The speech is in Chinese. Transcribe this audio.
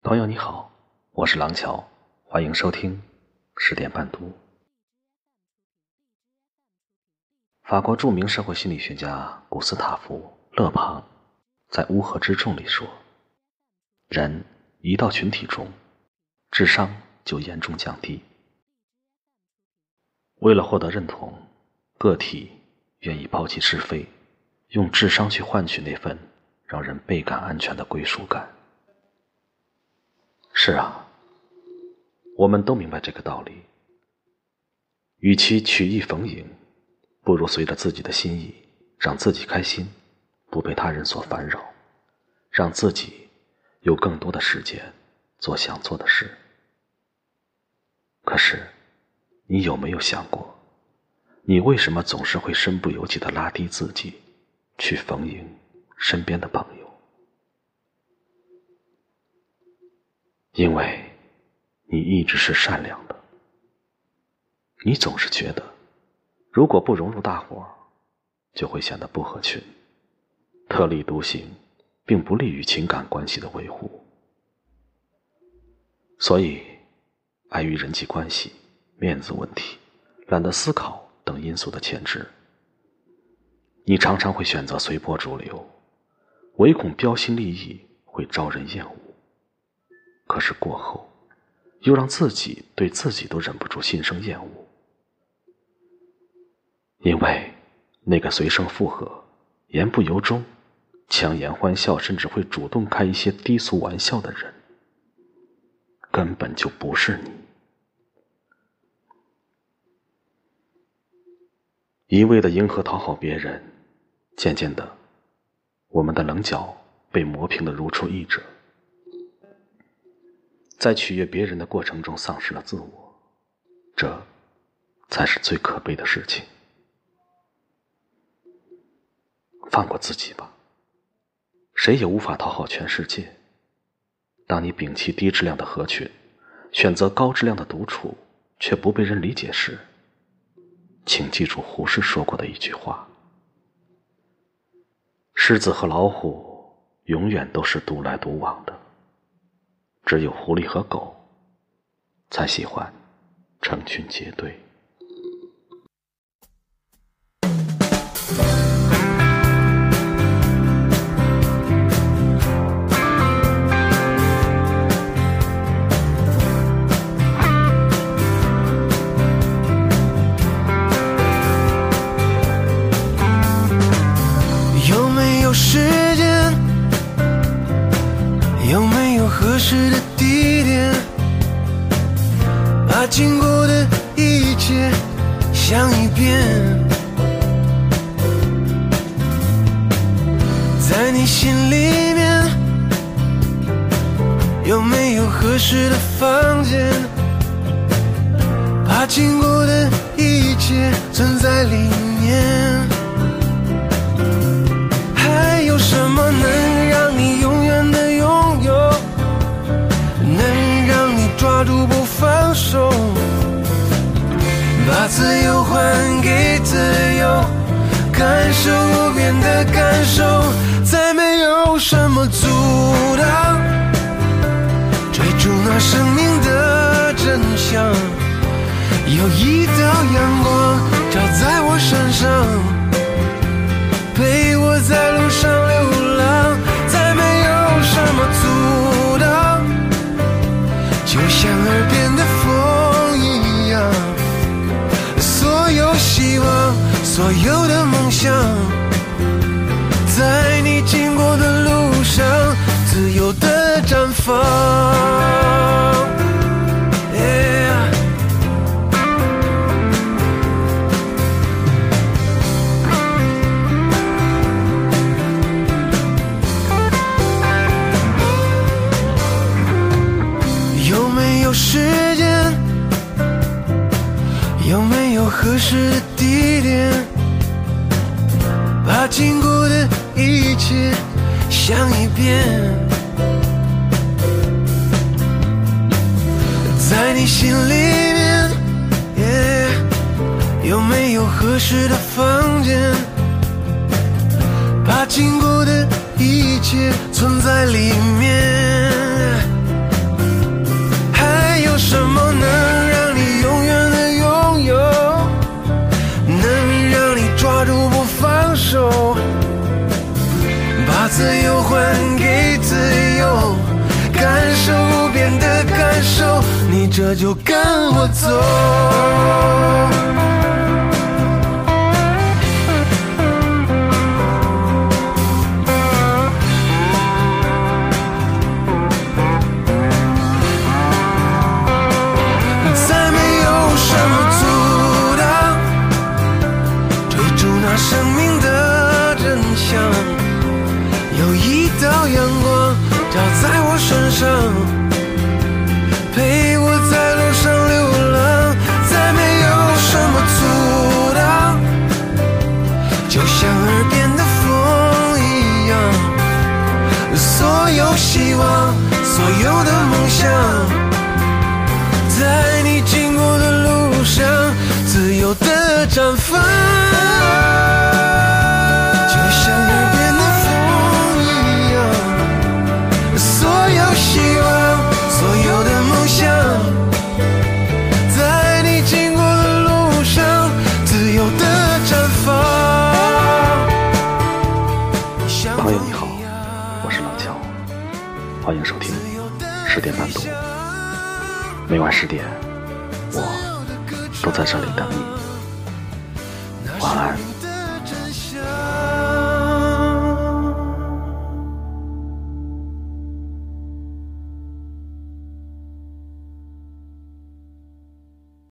朋友你好，我是廊桥，欢迎收听10点半读。法国著名社会心理学家古斯塔夫·勒庞在《乌合之众》里说，人一到群体中，智商就严重降低。为了获得认同，个体愿意抛弃是非，用智商去换取那份让人倍感安全的归属感。是啊，我们都明白这个道理。与其曲意逢迎，不如随着自己的心意，让自己开心，不被他人所烦扰，让自己有更多的时间做想做的事。可是，你有没有想过，你为什么总是会身不由己地拉低自己，去逢迎身边的朋友？因为你一直是善良的，你总是觉得如果不融入大伙儿，就会显得不合群，特立独行并不利于情感关系的维护。所以碍于人际关系、面子问题、懒得思考等因素的牵制，你常常会选择随波逐流，唯恐标新立异会招人厌恶。可是过后，又让自己对自己都忍不住心生厌恶。因为那个随声附和、言不由衷、强颜欢笑，甚至会主动开一些低俗玩笑的人，根本就不是你。一味的迎合讨好别人，渐渐的，我们的棱角被磨平得如出一辙。在取悦别人的过程中丧失了自我，这才是最可悲的事情。放过自己吧，谁也无法讨好全世界。当你摒弃低质量的合群，选择高质量的独处，却不被人理解时，请记住胡适说过的一句话：狮子和老虎永远都是独来独往的，只有狐狸和狗才喜欢成群结队。 有没有时间？有没有合适的地点？把经过的一切想一遍。在你心里面，有没有合适的房间？把经过的一切存在里面。还有什么能让你永远的拥有，能让你抓住不放手，把自由还给自由，感受无边的感受。再没有什么阻挡，追逐那生命的真相。有一道阳光照在我身上，陪我在路上流浪。再没有什么阻挡，就像耳边的风一样。所有希望，所有的梦想，在你经过的路上自由地绽放。有没有时间？有没有合适的地点？把经过的一切想一遍。在你心里面，有没有合适的房间？把经过的一切存在里面。 这就跟我走。再没有什么阻挡，追逐那生命的真相。有一道阳光照在我身上，陪我在路上流浪。再没有什么阻挡，就像耳边的风一样。所有希望，所有的梦想，在你经过的路上自由地绽放，就像耳边的风一样。所有希望，所有的梦想，在你经过的路上自由地绽放。 朋友你好，我是老乔，欢迎收听10点半读。每晚10点，我都在这里等你。晚安。